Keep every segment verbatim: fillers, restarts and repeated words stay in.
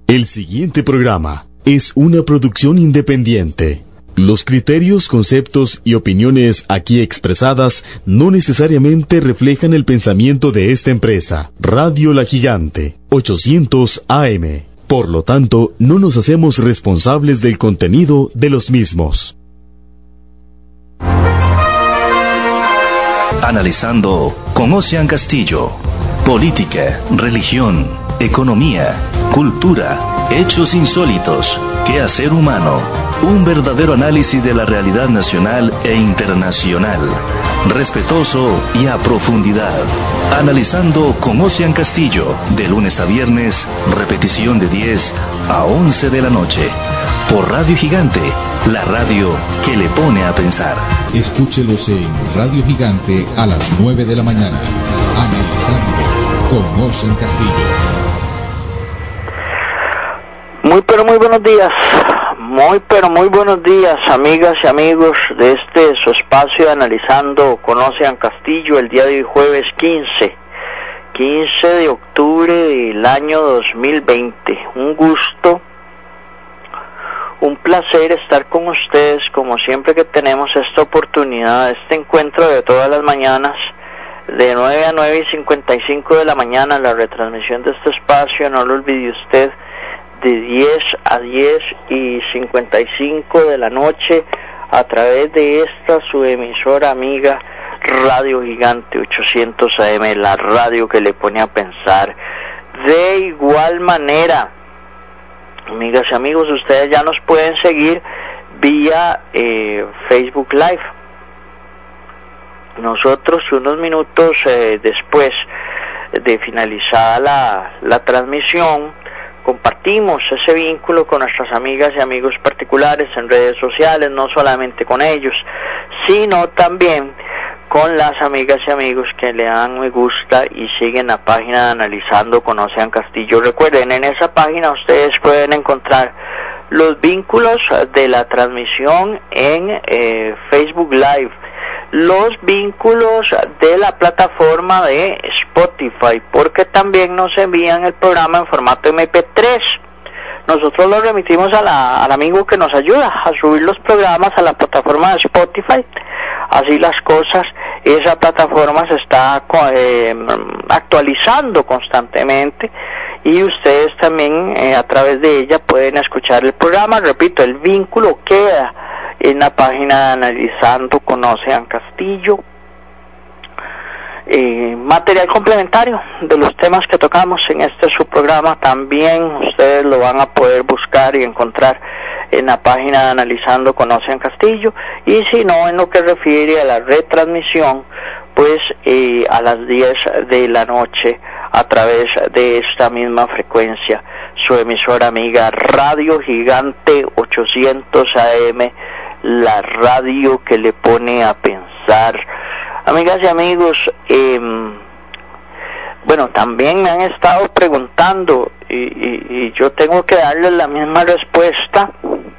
El siguiente programa es una producción independiente. Los criterios, conceptos y opiniones aquí expresadas no necesariamente reflejan el pensamiento de esta empresa, Radio La Gigante, ochocientos A M. Por lo tanto, no nos hacemos responsables del contenido de los mismos. Analizando con Ocean Castillo. Política, religión, economía, cultura, hechos insólitos, quehacer humano. Un verdadero análisis de la realidad nacional e internacional. Respetuoso y a profundidad. Analizando con Ocean Castillo, de lunes a viernes, repetición de diez a once de la noche. Por Radio Gigante, la radio que le pone a pensar. Escúchelos en Radio Gigante a las nueve de la mañana. Analizando con Ocean Castillo. Muy pero muy buenos días. Muy pero muy buenos días, amigas y amigos de este su espacio de Analizando con Ocean Castillo, el día de hoy jueves quince de octubre del año dos mil veinte. Un gusto, un placer estar con ustedes como siempre que tenemos esta oportunidad, este encuentro de todas las mañanas, de nueve a nueve y cincuenta y cinco de la mañana, la retransmisión de este espacio, no lo olvide usted, de diez a diez y cincuenta y cinco de la noche a través de esta su emisora amiga Radio Gigante ochocientos A M, la radio que le pone a pensar. De igual manera, amigas y amigos, ustedes ya nos pueden seguir vía eh, Facebook Live. Nosotros unos minutos eh, después de finalizada la, la transmisión, compartimos ese vínculo con nuestras amigas y amigos particulares en redes sociales, no solamente con ellos, sino también con las amigas y amigos que le dan me gusta y siguen la página de Analizando con Ocean Castillo. Recuerden, en esa página ustedes pueden encontrar los vínculos de la transmisión en eh, Facebook Live, los vínculos de la plataforma de Spotify, porque también nos envían el programa en formato eme pe tres. Nosotros lo remitimos a la, al amigo que nos ayuda a subir los programas a la plataforma de Spotify. Así las cosas, esa plataforma se está eh, actualizando constantemente y ustedes también eh, a través de ella pueden escuchar el programa. Repito, el vínculo queda en la página de Analizando con Ocean Castillo. Eh, material complementario de los temas que tocamos en este su programa también ustedes lo van a poder buscar y encontrar en la página de Analizando con Ocean Castillo, y si no, en lo que refiere a la retransmisión, pues eh, a las diez de la noche a través de esta misma frecuencia, su emisora amiga Radio Gigante ochocientos A M, la radio que le pone a pensar. Amigas y amigos, eh, bueno, también me han estado preguntando y, y, y yo tengo que darles la misma respuesta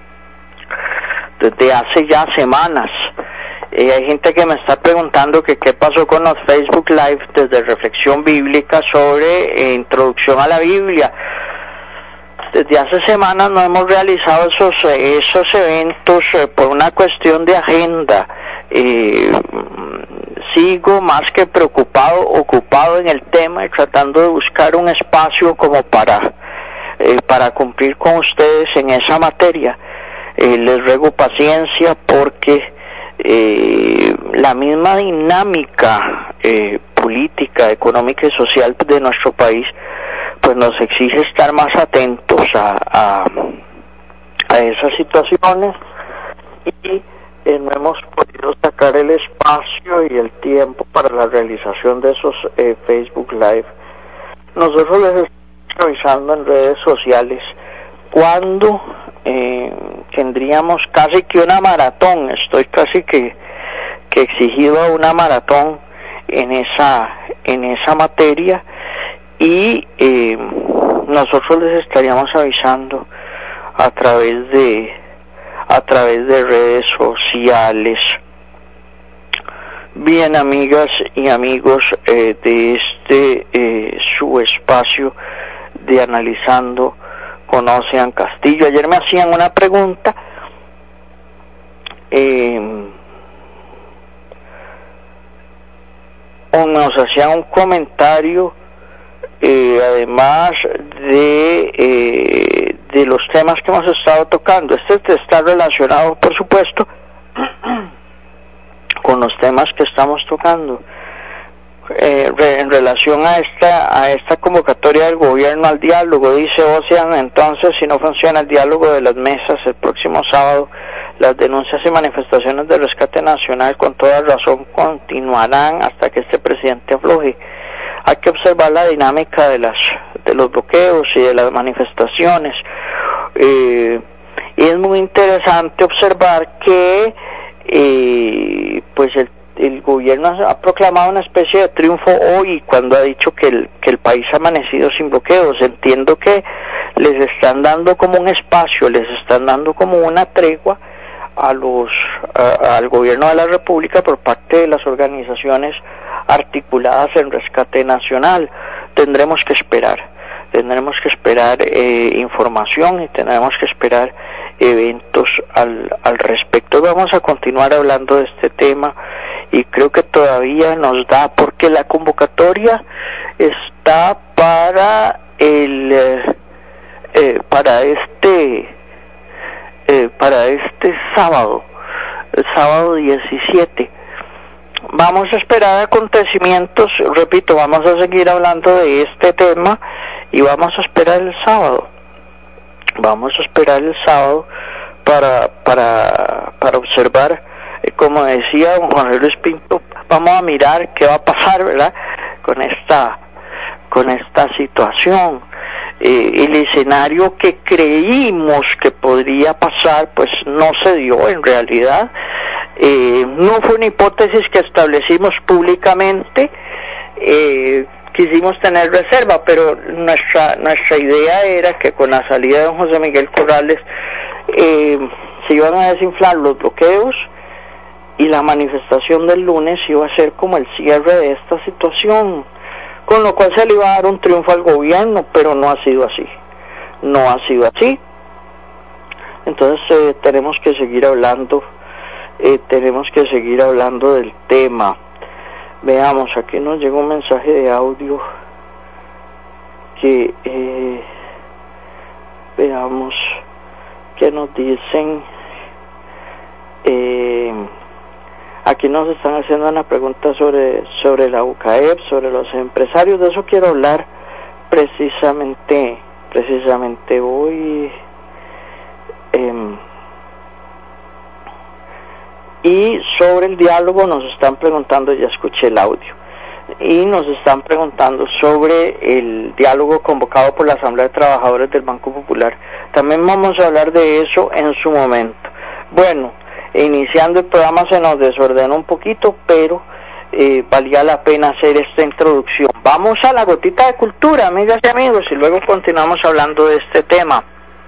desde hace ya semanas. Eh, hay gente que me está preguntando que qué pasó con los Facebook Live desde Reflexión Bíblica sobre eh, Introducción a la Biblia. Desde hace semanas no hemos realizado esos esos eventos eh, por una cuestión de agenda. Eh, sigo más que preocupado, ocupado en el tema y tratando de buscar un espacio como para eh, para cumplir con ustedes en esa materia. Eh, les ruego paciencia porque eh, la misma dinámica eh, política, económica y social de nuestro país pues nos exige estar más atentos a, a, a esas situaciones y eh, no hemos podido sacar el espacio y el tiempo para la realización de esos eh, Facebook Live. Nosotros les estamos revisando en redes sociales cuándo eh, tendríamos casi que una maratón, estoy casi que, que exigido a una maratón en esa, en esa materia. Y eh, nosotros les estaríamos avisando a través de a través de redes sociales. Bien, amigas y amigos eh, de este eh, su espacio de Analizando con Ocean Castillo. Ayer me hacían una pregunta eh, o nos hacían un comentario eh, además de eh, de los temas que hemos estado tocando. Este está relacionado, por supuesto, con los temas que estamos tocando. Eh, re, en relación a esta a esta convocatoria del gobierno al diálogo, dice Ocean, entonces, si no funciona el diálogo de las mesas el próximo sábado, las denuncias y manifestaciones de rescate nacional con toda razón continuarán hasta que este presidente afloje. Hay que observar la dinámica de las de los bloqueos y de las manifestaciones. Eh, y es muy interesante observar que eh, pues el El gobierno ha proclamado una especie de triunfo hoy cuando ha dicho que el, que el país ha amanecido sin bloqueos. Entiendo que les están dando como un espacio, les están dando como una tregua a los a, al gobierno de la República por parte de las organizaciones articuladas en rescate nacional. Tendremos que esperar, tendremos que esperar eh, información y tendremos que esperar eventos al, al respecto. Vamos a continuar hablando de este tema y creo que todavía nos da, porque la convocatoria está para el eh, eh, para este eh, para este sábado, el sábado diecisiete. Vamos a esperar acontecimientos, repito, vamos a seguir hablando de este tema y vamos a esperar el sábado. Vamos a esperar el sábado para para para observar, eh, como decía don Juan Luis Pinto, vamos a mirar qué va a pasar, ¿verdad? Con esta con esta situación. Eh, el escenario que creímos que podría pasar, pues no se dio en realidad. Eh, no fue una hipótesis que establecimos públicamente. Eh, quisimos tener reserva, pero nuestra nuestra idea era que con la salida de don José Miguel Corrales eh, se iban a desinflar los bloqueos y la manifestación del lunes iba a ser como el cierre de esta situación, con lo cual se le iba a dar un triunfo al gobierno, pero no ha sido así, no ha sido así. Entonces eh, tenemos que seguir hablando, eh, tenemos que seguir hablando del tema. Veamos, aquí nos llegó un mensaje de audio que eh, veamos que nos dicen. Eh, aquí nos están haciendo una pregunta sobre sobre la U C A E P, sobre los empresarios. De eso quiero hablar precisamente precisamente hoy. Eh, Y sobre el diálogo nos están preguntando, ya escuché el audio, y nos están preguntando sobre el diálogo convocado por la Asamblea de Trabajadores del Banco Popular. También vamos a hablar de eso en su momento. Bueno, iniciando el programa se nos desordenó un poquito, pero eh, valía la pena hacer esta introducción. Vamos a la gotita de cultura, amigas y amigos, y luego continuamos hablando de este tema.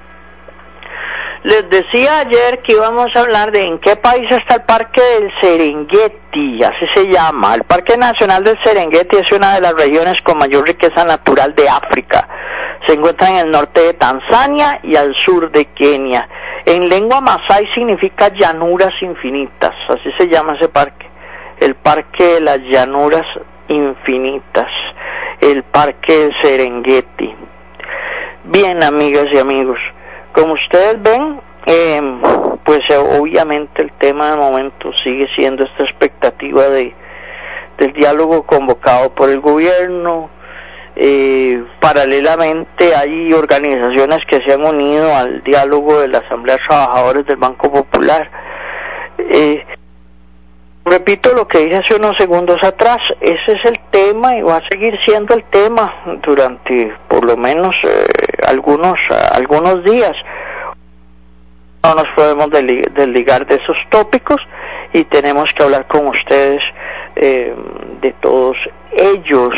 Les decía ayer que íbamos a hablar de en qué país está el Parque del Serengeti, así se llama. El Parque Nacional del Serengeti es una de las regiones con mayor riqueza natural de África. Se encuentra en el norte de Tanzania y al sur de Kenia. En lengua masái significa llanuras infinitas, así se llama ese parque. El Parque de las Llanuras Infinitas, el Parque del Serengeti. Bien, amigas y amigos, como ustedes ven, eh, pues eh, obviamente el tema de momento sigue siendo esta expectativa de del diálogo convocado por el gobierno. Eh, paralelamente hay organizaciones que se han unido al diálogo de la Asamblea de Trabajadores del Banco Popular. Eh, repito lo que dije hace unos segundos atrás, ese es el tema y va a seguir siendo el tema durante por lo menos eh, algunos algunos días. No nos podemos desligar de esos tópicos y tenemos que hablar con ustedes eh, de todos ellos.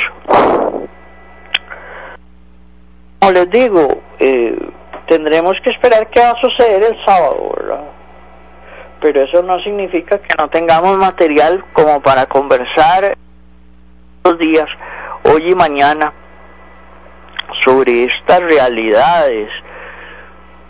Como les digo, eh, tendremos que esperar qué va a suceder el sábado, ¿verdad? Pero eso no significa que no tengamos material como para conversar los días, hoy y mañana, sobre estas realidades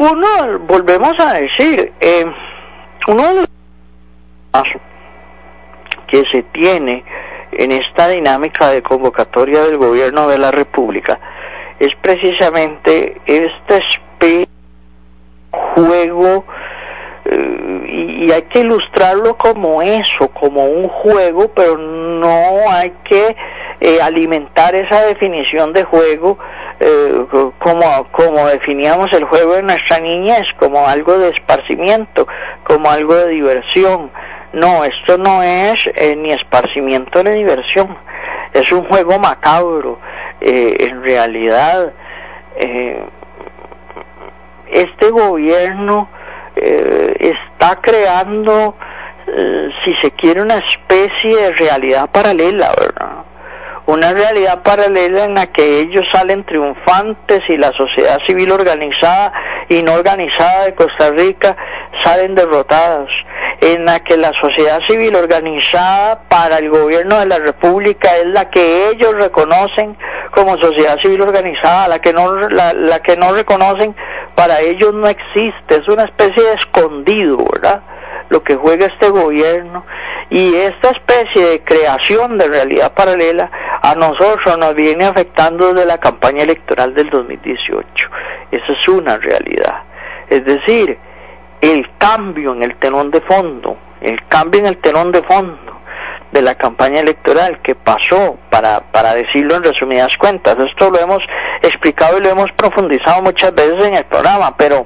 Uno, volvemos a decir, eh, uno de los pasos que se tiene en esta dinámica de convocatoria del gobierno de la República es precisamente esta especie de juego, eh, y, y hay que ilustrarlo como eso, como un juego, pero no hay que eh, alimentar esa definición de juego eh, como, como definíamos el juego en nuestra niñez, como algo de esparcimiento, como algo de diversión. No, esto no es eh, ni esparcimiento ni diversión, es un juego macabro. Eh, en realidad, eh, este gobierno eh, está creando, eh, si se quiere, una especie de realidad paralela, ¿verdad? Una realidad paralela en la que ellos salen triunfantes y la sociedad civil organizada y no organizada de Costa Rica salen derrotados, en la que la sociedad civil organizada para el gobierno de la República es la que ellos reconocen como sociedad civil organizada, la que no la, la que no reconocen para ellos no existe, es una especie de escondido, ¿verdad?, lo que juega este gobierno. Y esta especie de creación de realidad paralela a nosotros nos viene afectando desde la campaña electoral del dos mil dieciocho. Esa es una realidad. Es decir, el cambio en el telón de fondo, el cambio en el telón de fondo de la campaña electoral que pasó, para, para decirlo en resumidas cuentas, esto lo hemos explicado y lo hemos profundizado muchas veces en el programa, pero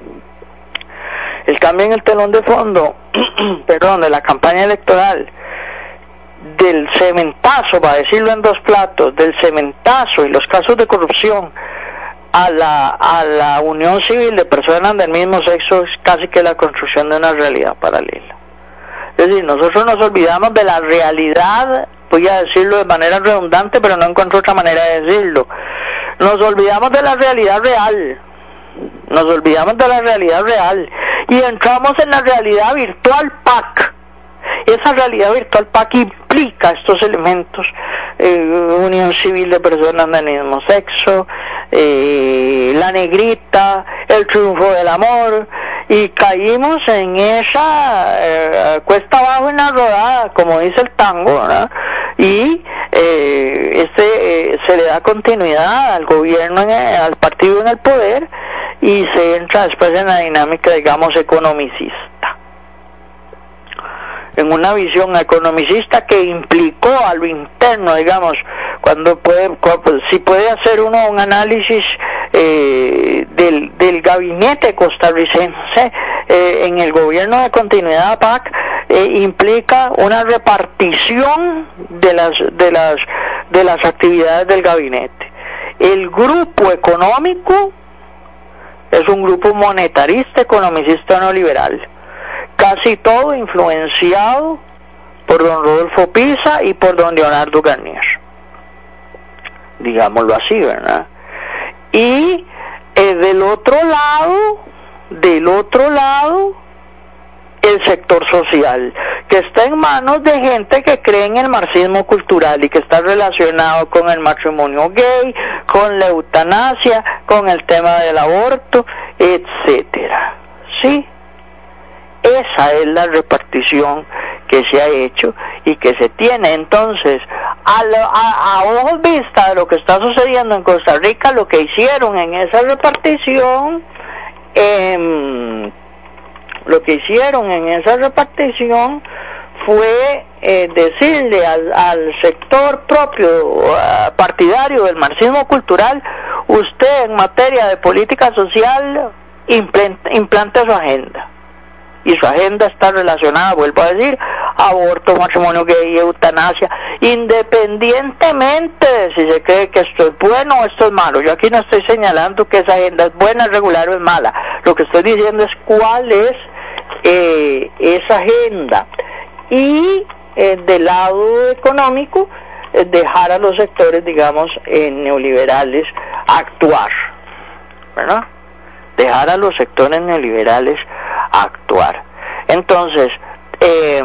el cambio en el telón de fondo, perdón, de la campaña electoral, del cementazo, para decirlo en dos platos, del cementazo y los casos de corrupción a la, a la unión civil de personas del mismo sexo, es casi que la construcción de una realidad paralela. Es decir, nosotros nos olvidamos de la realidad, voy a decirlo de manera redundante, pero no encuentro otra manera de decirlo. Nos olvidamos de la realidad real, nos olvidamos de la realidad real y entramos en la realidad virtual P A C. Esa realidad virtual P A C implica estos elementos, eh, unión civil de personas del mismo sexo, eh, la negrita, el triunfo del amor, y caímos en esa eh, cuesta abajo en la rodada, como dice el tango, ¿verdad? Y eh, este eh, se le da continuidad al gobierno, en el, al partido en el poder, y se entra después en la dinámica, digamos, economicista, en una visión economicista que implicó a lo interno, digamos, cuando puede, cuando, si puede hacer uno un análisis eh, del, del gabinete costarricense eh, en el gobierno de continuidad P A C, eh, implica una repartición de las de las de las actividades del gabinete. El grupo económico es un grupo monetarista, economicista, neoliberal, casi todo influenciado por don Rodolfo Pisa y por don Leonardo Garnier, digámoslo así, ¿verdad? Y eh, del otro lado, del otro lado, el sector social, que está en manos de gente que cree en el marxismo cultural y que está relacionado con el matrimonio gay, con la eutanasia, con el tema del aborto, etcétera. ¿Sí? Esa es la repartición que se ha hecho y que se tiene. Entonces, a, lo, a, a ojos vista de lo que está sucediendo en Costa Rica, lo que hicieron en esa repartición, eh, lo que hicieron en esa repartición fue eh, decirle al, al sector propio uh, partidario del marxismo cultural: usted en materia de política social implante, implante su agenda, y su agenda está relacionada, vuelvo a decir, aborto, matrimonio gay, eutanasia, independientemente de si se cree que esto es bueno o esto es malo. Yo aquí no estoy señalando que esa agenda es buena, es regular o es mala. Lo que estoy diciendo es cuál es eh, esa agenda. Y eh, del lado económico, eh, dejar a los sectores, digamos, eh, neoliberales actuar, ¿verdad? Dejar a los sectores neoliberales actuar. Entonces, eh,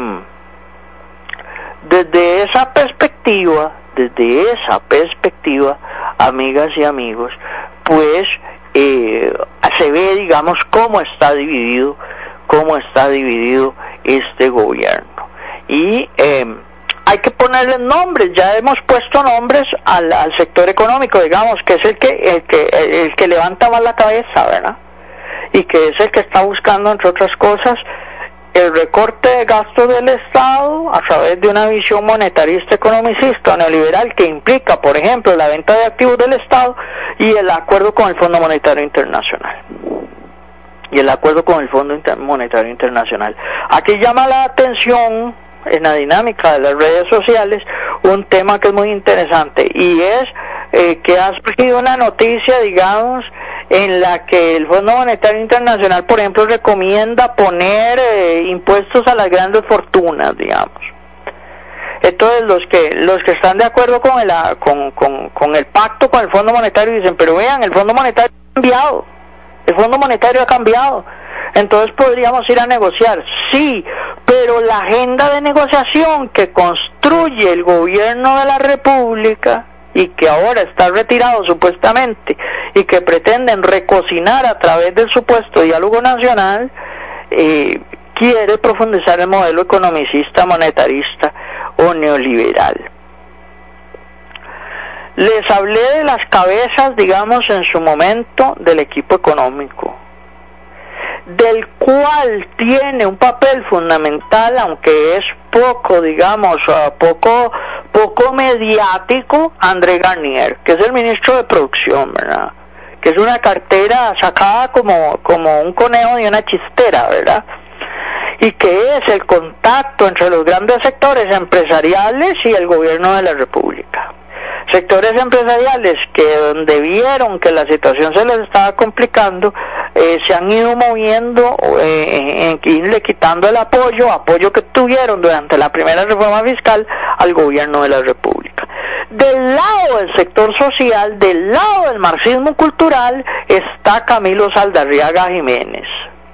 desde esa perspectiva, desde esa perspectiva, amigas y amigos, pues eh, se ve de, digamos, cómo está dividido, cómo está dividido este gobierno. Y eh, hay que ponerle nombres, ya hemos puesto nombres al, al sector económico, digamos, que es el que, el que, el, el que levanta más la cabeza, ¿verdad? Y que es el que está buscando, entre otras cosas, el recorte de gastos del Estado a través de una visión monetarista, economicista, neoliberal, que implica, por ejemplo, la venta de activos del Estado y el acuerdo con el Fondo Monetario Internacional. Y el acuerdo con el Fondo Inter- Monetario Internacional. Aquí llama la atención, en la dinámica de las redes sociales, un tema que es muy interesante, y es eh, que ha surgido una noticia, digamos, en la que el Fondo Monetario Internacional, por ejemplo, recomienda poner eh, impuestos a las grandes fortunas, digamos. Entonces los que los que están de acuerdo con el con, con, con el pacto con el Fondo Monetario dicen, pero vean, el Fondo Monetario ha cambiado, el Fondo Monetario ha cambiado, entonces podríamos ir a negociar, sí, pero la agenda de negociación que construye el gobierno de la República y que ahora está retirado supuestamente y que pretenden recocinar a través del supuesto diálogo nacional, eh, quiere profundizar el modelo economicista, monetarista o neoliberal. Les hablé de las cabezas, digamos, en su momento del equipo económico, del cual tiene un papel fundamental, aunque es poco, digamos, poco poco mediático, André Garnier, que es el ministro de Producción, ¿verdad? Que es una cartera sacada como, como un conejo de una chistera, ¿verdad? Y que es el contacto entre los grandes sectores empresariales y el gobierno de la República. Sectores empresariales que donde vieron que la situación se les estaba complicando, eh, se han ido moviendo, eh, en, en irle quitando el apoyo, apoyo que tuvieron durante la primera reforma fiscal al gobierno de la República. Del lado del sector social, del lado del marxismo cultural, está Camilo Saldarriaga Jiménez,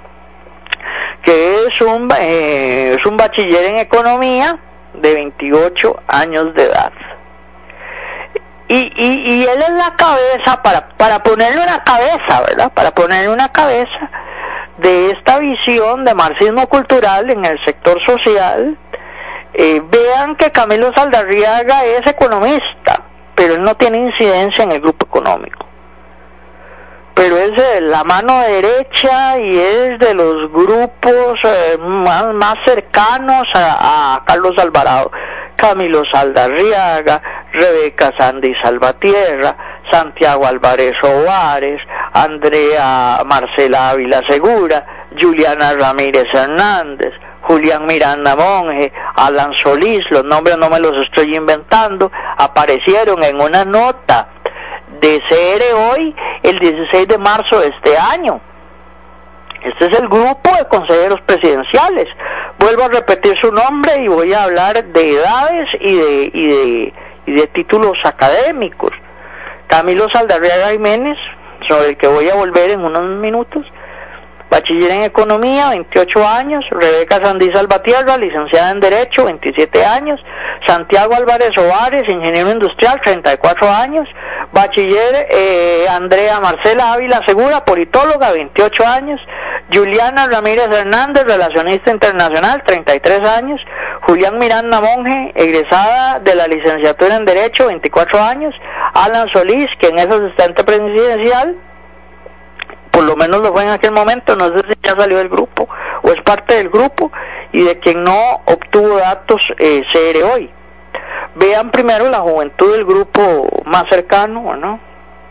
que es un, eh, es un bachiller en economía de veintiocho años de edad. Y, y, y él es la cabeza, para, para ponerle una cabeza, ¿verdad? Para ponerle una cabeza de esta visión de marxismo cultural en el sector social. Eh, vean que Camilo Saldarriaga es economista, pero él no tiene incidencia en el grupo económico. Pero es de la mano derecha y es de los grupos eh, más, más cercanos a, a Carlos Alvarado. Camilo Saldarriaga, Rebeca Sandy Salvatierra, Santiago Álvarez Ovares, Andrea Marcela Ávila Segura, Juliana Ramírez Hernández, Julián Miranda Monge, Alan Solís, los nombres no me los estoy inventando, aparecieron en una nota de C R Hoy el dieciséis de marzo de este año. Este es el grupo de consejeros presidenciales. Vuelvo a repetir su nombre y voy a hablar de edades y de, y de, y de títulos académicos. Camilo Saldarriaga Jiménez, sobre el que voy a volver en unos minutos, bachiller en economía, veintiocho años. Rebeca Sandy Salvatierra, licenciada en Derecho, veintisiete años. Santiago Álvarez Ovares, ingeniero industrial, treinta y cuatro años. Bachiller eh, Andrea Marcela Ávila Segura, politóloga, veintiocho años. Juliana Ramírez Hernández, relacionista internacional, treinta y tres años. Julián Miranda Monge, egresada de la licenciatura en Derecho, veinticuatro años. Alan Solís, quien es asistente presidencial, por lo menos lo fue en aquel momento, no sé si ya salió del grupo o es parte del grupo, y de quien no obtuvo datos eh, C R Hoy. Vean primero la juventud del grupo más cercano, ¿no?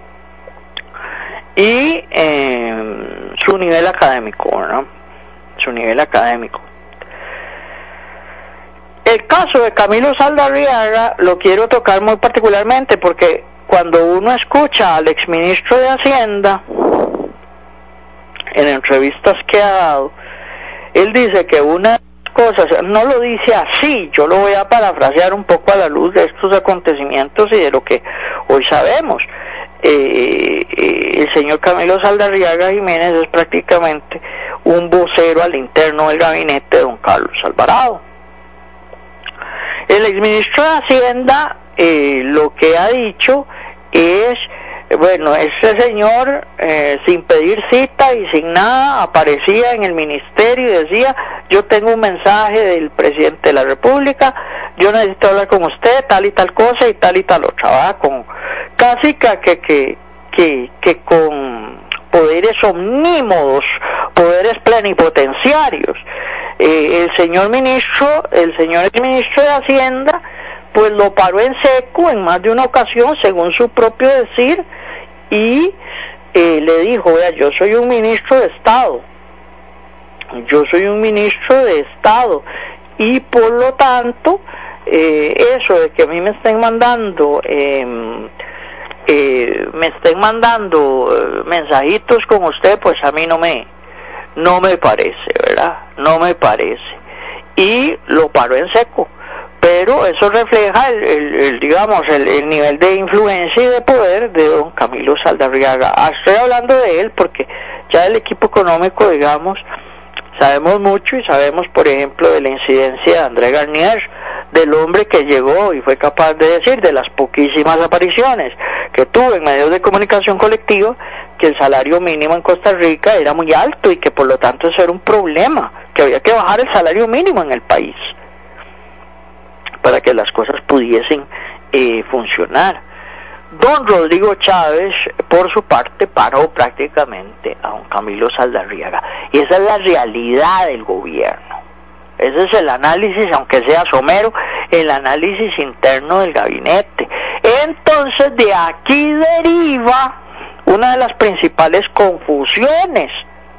Y eh, su nivel académico, ¿no? Su nivel académico. El caso de Camilo Saldarriaga lo quiero tocar muy particularmente porque cuando uno escucha al exministro de Hacienda en entrevistas que ha dado, él dice que una de las cosas, no lo dice así, yo lo voy a parafrasear un poco a la luz de estos acontecimientos y de lo que hoy sabemos. Eh, eh, el señor Camilo Saldarriaga Jiménez es prácticamente un vocero al interno del gabinete de don Carlos Alvarado. El exministro de Hacienda eh, lo que ha dicho es Bueno, ese señor, eh, sin pedir cita y sin nada, aparecía en el ministerio y decía, yo tengo un mensaje del presidente de la República, yo necesito hablar con usted, tal y tal cosa y tal y tal otra, ¿verdad? Con, casi que, que, que, que con poderes omnímodos, poderes plenipotenciarios. Eh, el señor ministro, el señor exministro de Hacienda, pues lo paró en seco en más de una ocasión, según su propio decir, y eh, le dijo, vea, yo soy un ministro de Estado, yo soy un ministro de Estado, y por lo tanto, eh, eso de que a mí me estén mandando, eh, eh, me estén mandando eh, mensajitos con usted, pues a mí no me, no me parece, ¿verdad? No me parece. Y lo paró en seco. Pero eso refleja el, el, el digamos el, el nivel de influencia y de poder de don Camilo Saldarriaga. Ah, estoy hablando de él porque ya del equipo económico, digamos, sabemos mucho, y sabemos, por ejemplo, de la incidencia de André Garnier, del hombre que llegó y fue capaz de decir, de las poquísimas apariciones que tuvo en medios de comunicación colectiva, que el salario mínimo en Costa Rica era muy alto y que por lo tanto eso era un problema, que había que bajar el salario mínimo en el país para que las cosas pudiesen eh, funcionar. Don Rodrigo Chávez, por su parte, paró prácticamente a don Camilo Saldarriaga. Y esa es la realidad del gobierno. Ese es el análisis, aunque sea somero, el análisis interno del gabinete. Entonces, de aquí deriva una de las principales confusiones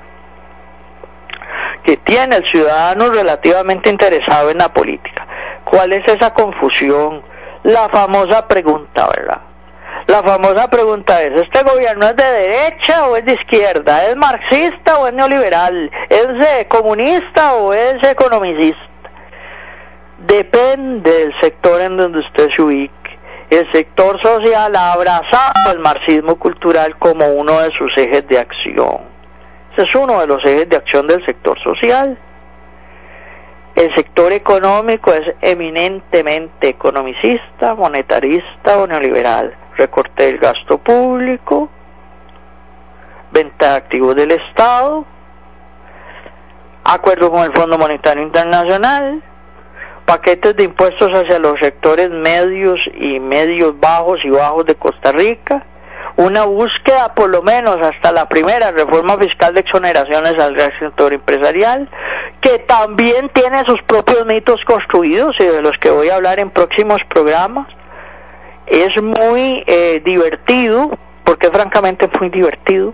que tiene el ciudadano relativamente interesado en la política. ¿Cuál es esa confusión? La famosa pregunta, ¿verdad? La famosa pregunta es, ¿este gobierno es de derecha o es de izquierda? ¿Es marxista o es neoliberal? ¿Es eh, comunista o es economicista? Depende del sector en donde usted se ubique. El sector social ha abrazado el marxismo cultural como uno de sus ejes de acción. Ese es uno de los ejes de acción del sector social. El sector económico es eminentemente economicista, monetarista o neoliberal. Recorte del gasto público, venta de activos del Estado, acuerdo con el Fondo Monetario Internacional, paquetes de impuestos hacia los sectores medios y medios bajos y bajos de Costa Rica, una búsqueda por lo menos hasta la primera reforma fiscal de exoneraciones al sector empresarial, que también tiene sus propios mitos construidos y de los que voy a hablar en próximos programas. Es muy eh, divertido, porque francamente es muy divertido,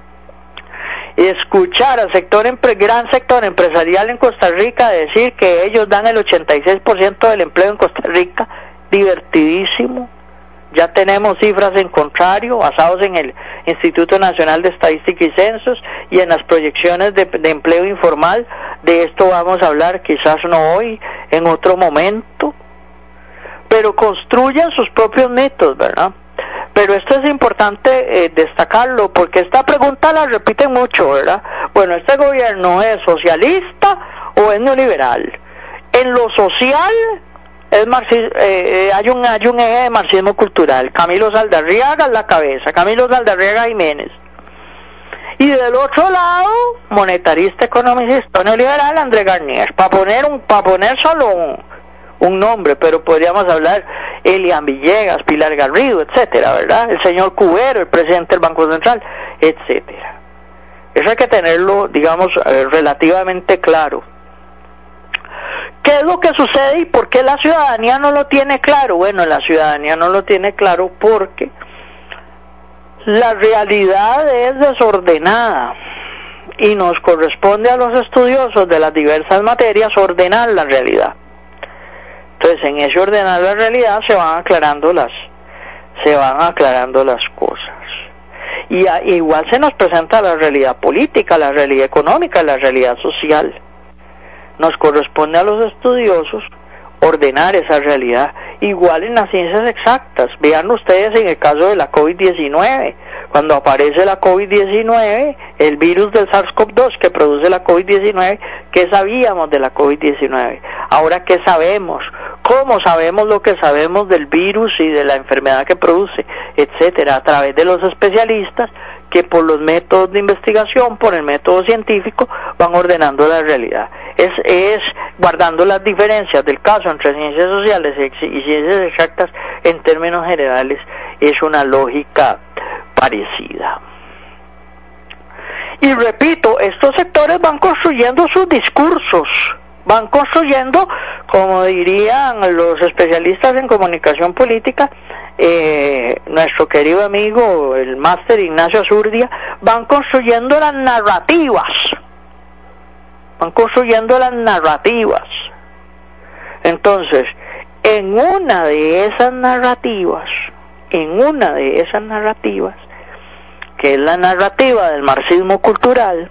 escuchar al sector gran sector empresarial en Costa Rica decir que ellos dan el ochenta y seis por ciento del empleo en Costa Rica. Divertidísimo. Ya tenemos cifras en contrario, basados en el Instituto Nacional de Estadística y Censos y en las proyecciones de, de empleo informal. De esto vamos a hablar, quizás no hoy, en otro momento. Pero construyen sus propios mitos, ¿verdad? Pero esto es importante eh, destacarlo, porque esta pregunta la repiten mucho, ¿verdad? Bueno, ¿este gobierno es socialista o es neoliberal? En lo social es marxismo, eh, hay un hay un eje de marxismo cultural. Camilo Saldarriaga en la cabeza, Camilo Saldarriaga Jiménez. Y del otro lado, monetarista, economicista, neoliberal, André Garnier. Para poner un, para poner solo un, un nombre, pero podríamos hablar Elian Villegas, Pilar Garrido, etcétera, ¿verdad? El señor Cubero, el presidente del Banco Central, etcétera. Eso hay que tenerlo, digamos, eh, relativamente claro. ¿Qué es lo que sucede y por qué la ciudadanía no lo tiene claro? Bueno, la ciudadanía no lo tiene claro porque la realidad es desordenada y nos corresponde a los estudiosos de las diversas materias ordenar la realidad. Entonces, en ese ordenar la realidad se van aclarando las, se van aclarando las cosas. Y a, igual se nos presenta la realidad política, la realidad económica, la realidad social. Nos corresponde a los estudiosos ordenar esa realidad. Igual en las ciencias exactas. Vean ustedes en el caso de la COVID diecinueve, Cuando aparece la COVID diecinueve, el virus del SARS-CoV dos que produce la COVID diecinueve, ¿qué sabíamos de la COVID diecinueve? Ahora, ¿qué sabemos? ¿Cómo sabemos lo que sabemos del virus y de la enfermedad que produce, etcétera? A través de los especialistas que por los métodos de investigación, por el método científico, van ordenando la realidad. Es, es guardando las diferencias del caso entre ciencias sociales y ciencias exactas en términos generales, es una lógica parecida. Y repito, estos sectores van construyendo sus discursos, van construyendo, como dirían los especialistas en comunicación política, eh, nuestro querido amigo, el máster Ignacio Azurdia, van construyendo las narrativas, van construyendo las narrativas. Entonces, en una de esas narrativas, en una de esas narrativas, que es la narrativa del marxismo cultural,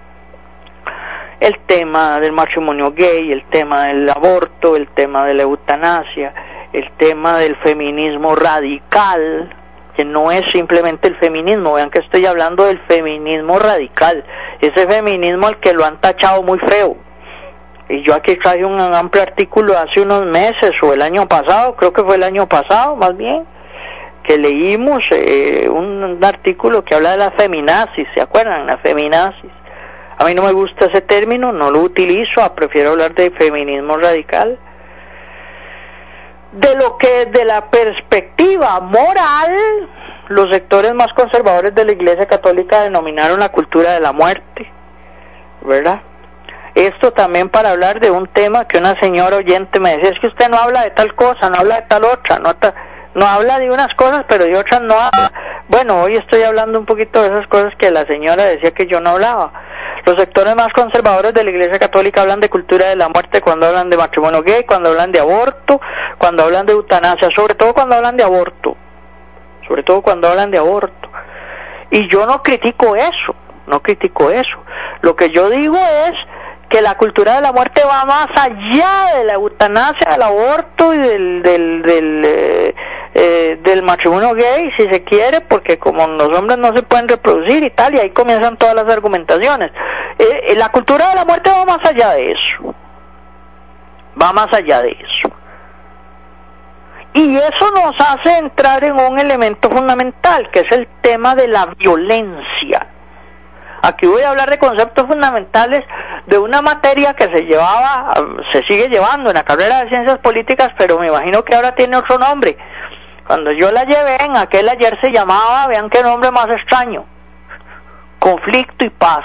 el tema del matrimonio gay, el tema del aborto, el tema de la eutanasia, el tema del feminismo radical, que no es simplemente el feminismo, vean que estoy hablando del feminismo radical, ese feminismo al que lo han tachado muy feo. Y yo aquí traje un amplio artículo hace unos meses, o el año pasado, creo que fue el año pasado más bien, que leímos eh, un, un artículo que habla de la feminazis, ¿se acuerdan? La feminazis. A mí no me gusta ese término, no lo utilizo, prefiero hablar de feminismo radical. De lo que de la perspectiva moral, los sectores más conservadores de la Iglesia Católica denominaron la cultura de la muerte, ¿verdad? Esto también para hablar de un tema que una señora oyente me decía, es que usted no habla de tal cosa, no habla de tal otra, no, ta, no habla de unas cosas, pero de otras no habla. Bueno, hoy estoy hablando un poquito de esas cosas que la señora decía que yo no hablaba. Los sectores más conservadores de la Iglesia Católica hablan de cultura de la muerte cuando hablan de matrimonio gay, cuando hablan de aborto, cuando hablan de eutanasia, sobre todo cuando hablan de aborto, sobre todo cuando hablan de aborto. Y yo no critico eso, no critico eso. Lo que yo digo es que la cultura de la muerte va más allá de la eutanasia, del aborto y del del del, eh, eh, del matrimonio gay, si se quiere, porque como los hombres no se pueden reproducir y tal, y ahí comienzan todas las argumentaciones. Eh, la cultura de la muerte va más allá de eso, va más allá de eso. Y eso nos hace entrar en un elemento fundamental, que es el tema de la violencia. Aquí voy a hablar de conceptos fundamentales de una materia que se llevaba, se sigue llevando en la carrera de Ciencias Políticas, pero me imagino que ahora tiene otro nombre. Cuando yo la llevé, en aquel ayer se llamaba, vean qué nombre más extraño, conflicto y paz.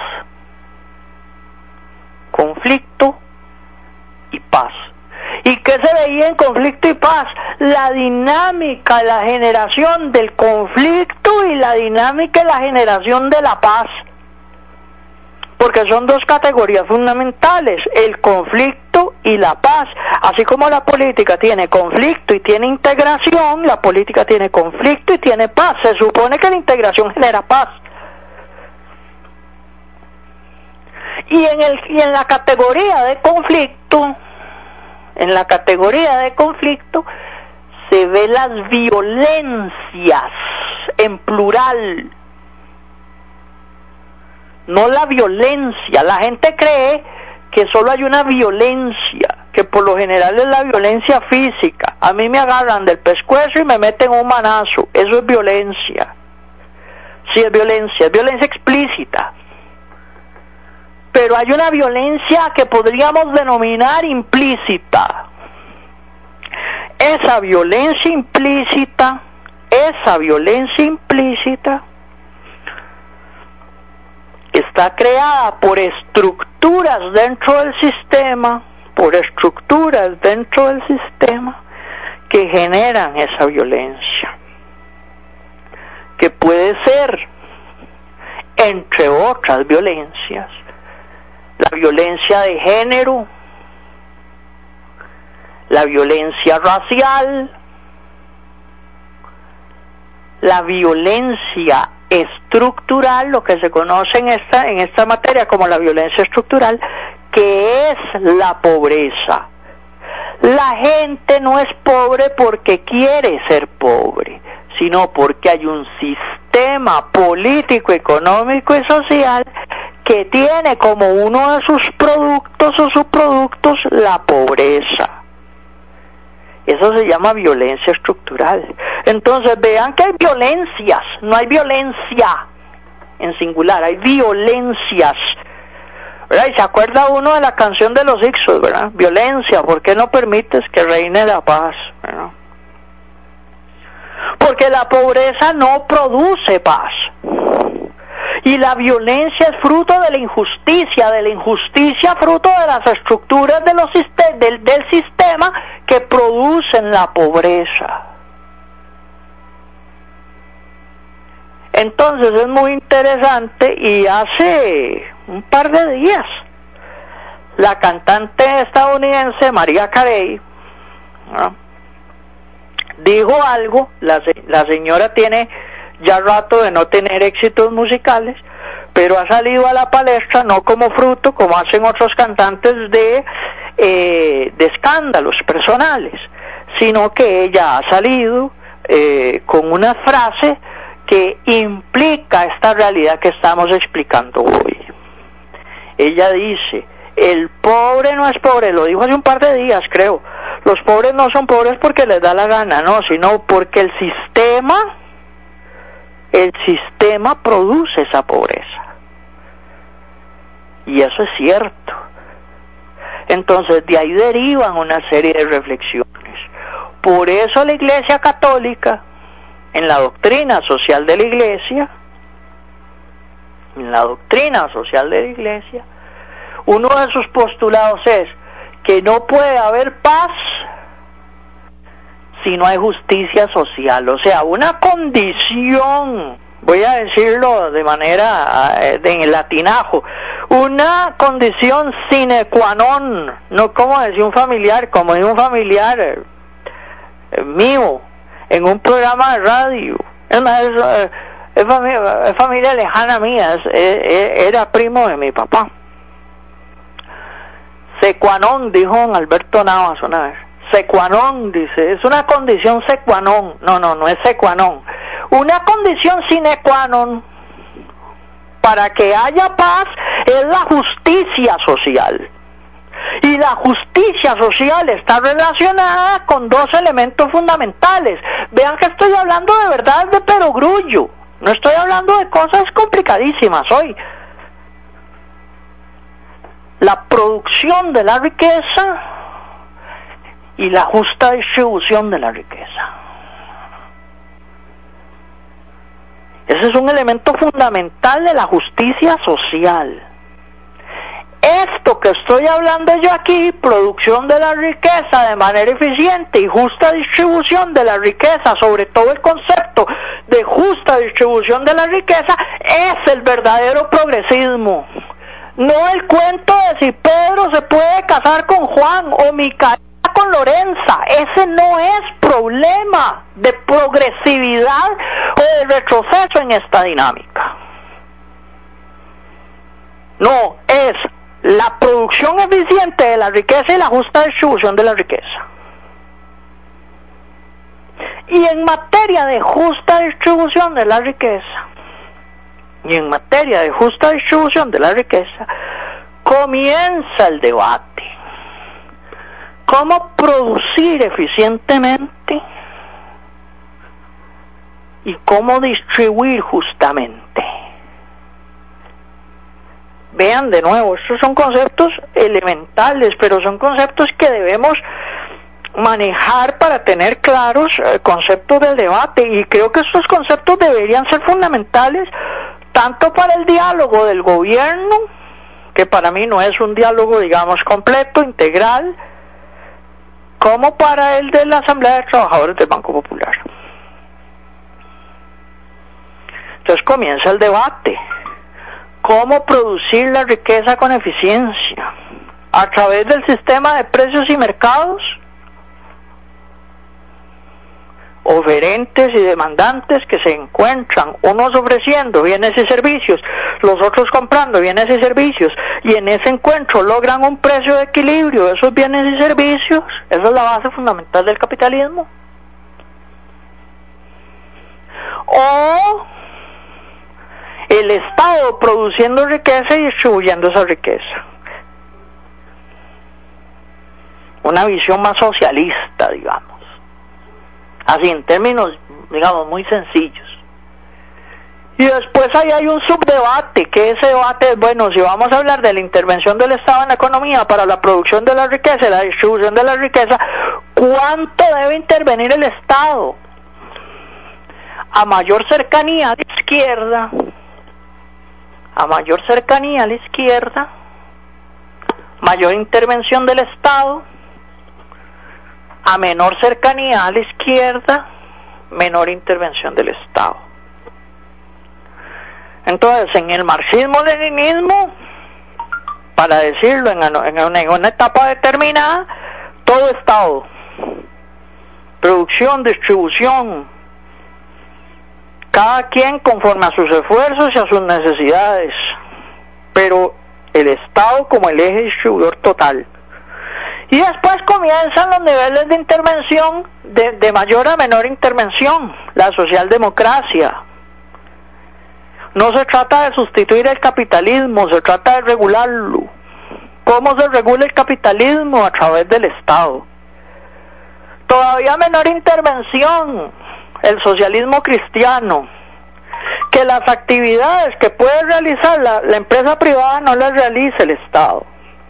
Conflicto y paz. ¿Y qué se veía en conflicto y paz? La dinámica, la generación del conflicto y la dinámica y la generación de la paz. Porque son dos categorías fundamentales, el conflicto y la paz. Así como la política tiene conflicto y tiene integración, la política tiene conflicto y tiene paz. Se supone que la integración genera paz. Y en, el, y en la categoría de conflicto, en la categoría de conflicto, se ve las violencias en plural. No la violencia. La gente cree que solo hay una violencia, que por lo general es la violencia física. A mí me agarran del pescuezo y me meten un manazo. Eso es violencia. Sí, es violencia, es violencia explícita. Pero hay una violencia que podríamos denominar implícita. Esa violencia implícita, esa violencia implícita está creada por estructuras dentro del sistema, por estructuras dentro del sistema que generan esa violencia, que puede ser, entre otras violencias, la violencia de género, la violencia racial, la violencia estructural, lo que se conoce en esta, en esta materia como la violencia estructural, que es la pobreza. La gente no es pobre porque quiere ser pobre, sino porque hay un sistema político, económico y social que tiene como uno de sus productos o subproductos la pobreza. Eso se llama violencia estructural. Entonces vean que hay violencias, no hay violencia en singular, hay violencias, ¿verdad? Y se acuerda uno de la canción de los Ixos, ¿verdad? Violencia, ¿por qué no permites que reine la paz? ¿Verdad? Porque la pobreza no produce paz. Y la violencia es fruto de la injusticia, de la injusticia fruto de las estructuras de los sistem- del, del sistema que producen la pobreza. Entonces es muy interesante, y hace un par de días la cantante estadounidense Mariah Carey, ¿no?, dijo algo. La, la señora tiene ya rato de no tener éxitos musicales, pero ha salido a la palestra no como fruto, como hacen otros cantantes, de, eh, de escándalos personales, sino que ella ha salido eh, con una frase que implica esta realidad que estamos explicando hoy. Ella dice: el pobre no es pobre, lo dijo hace un par de días, creo. Los pobres no son pobres porque les da la gana, no, sino porque el sistema, el sistema produce esa pobreza. Y eso es cierto. Entonces de ahí derivan una serie de reflexiones. Por eso la Iglesia Católica, en la doctrina social de la Iglesia, en la doctrina social de la Iglesia, uno de sus postulados es que no puede haber paz si no hay justicia social. O sea, una condición, voy a decirlo de manera de, en latinajo, una condición sine qua non, no como decía un familiar, como dice un familiar eh, mío en un programa de radio. Es, es, es, familia, es familia lejana mía, es, es, era primo de mi papá. Secuanón, dijo don Alberto Navas una vez. Secuanón, dice, es una condición secuanón. No, no, no es secuanón. Una condición sine qua non para que haya paz es la justicia social. Y la justicia social está relacionada con dos elementos fundamentales. Vean que estoy hablando de verdad de perogrullo. No estoy hablando de cosas complicadísimas hoy. La producción de la riqueza y la justa distribución de la riqueza. Ese es un elemento fundamental de la justicia social. Esto que estoy hablando yo aquí, producción de la riqueza de manera eficiente y justa distribución de la riqueza, sobre todo el concepto de justa distribución de la riqueza, es el verdadero progresismo. No el cuento de si Pedro se puede casar con Juan o Micaela con Lorenza. Ese no es problema de progresividad o de retroceso en esta dinámica. No, es la producción eficiente de la riqueza y la justa distribución de la riqueza. Y en materia de justa distribución de la riqueza, y en materia de justa distribución de la riqueza, comienza el debate. ¿Cómo producir eficientemente y cómo distribuir justamente? Vean de nuevo, estos son conceptos elementales, pero son conceptos que debemos manejar para tener claros eh, conceptos del debate, y creo que estos conceptos deberían ser fundamentales tanto para el diálogo del gobierno, que para mí no es un diálogo, digamos, completo, integral, como para el de la Asamblea de Trabajadores del Banco Popular. Entonces comienza el debate. ¿Cómo producir la riqueza con eficiencia? ¿A través del sistema de precios y mercados? Oferentes y demandantes que se encuentran, unos ofreciendo bienes y servicios, los otros comprando bienes y servicios, y en ese encuentro logran un precio de equilibrio de esos bienes y servicios. Esa es la base fundamental del capitalismo. o el Estado produciendo riqueza y distribuyendo esa riqueza. Una visión más socialista, digamos. Así, en términos, digamos, muy sencillos. Y después ahí hay un subdebate, que ese debate es, bueno, si vamos a hablar de la intervención del Estado en la economía para la producción de la riqueza y la distribución de la riqueza, ¿cuánto debe intervenir el Estado? A mayor cercanía a la izquierda, a mayor cercanía a la izquierda, mayor intervención del Estado. A menor cercanía a la izquierda, menor intervención del Estado. Entonces, en el marxismo-leninismo, para decirlo en una, en una etapa determinada, todo Estado, producción, distribución, cada quien conforme a sus esfuerzos y a sus necesidades, pero el Estado como el eje distribuidor total. Y después comienzan los niveles de intervención, de, de mayor a menor intervención, la socialdemocracia. No se trata de sustituir el capitalismo, se trata de regularlo. ¿Cómo se regula el capitalismo? A través del Estado. Todavía menor intervención, el socialismo cristiano. Que las actividades que puede realizar la, la empresa privada no las realice el Estado.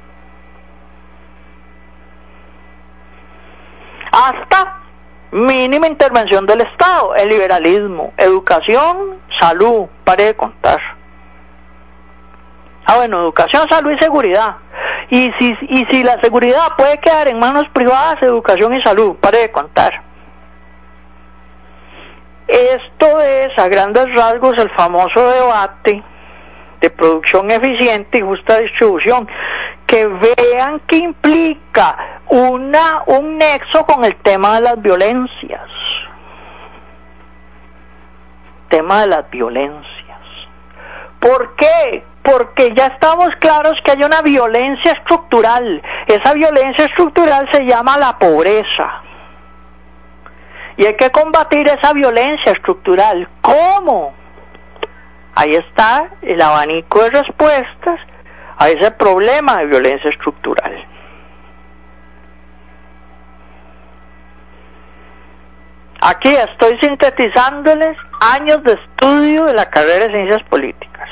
Hasta mínima intervención del Estado, el liberalismo, educación, salud, pare de contar. Ah, bueno, educación, salud y seguridad. Y si, y si la seguridad puede quedar en manos privadas, educación y salud, pare de contar. Esto es, a grandes rasgos, el famoso debate de producción eficiente y justa distribución, que vean que implica una un nexo con el tema de las violencias. Tema de las violencias. ¿Por qué? Porque ya estamos claros que hay una violencia estructural. Esa violencia estructural se llama la pobreza. Y hay que combatir esa violencia estructural. ¿Cómo? Ahí está el abanico de respuestas a ese problema de violencia estructural. Aquí estoy sintetizándoles años de estudio de la carrera de Ciencias Políticas.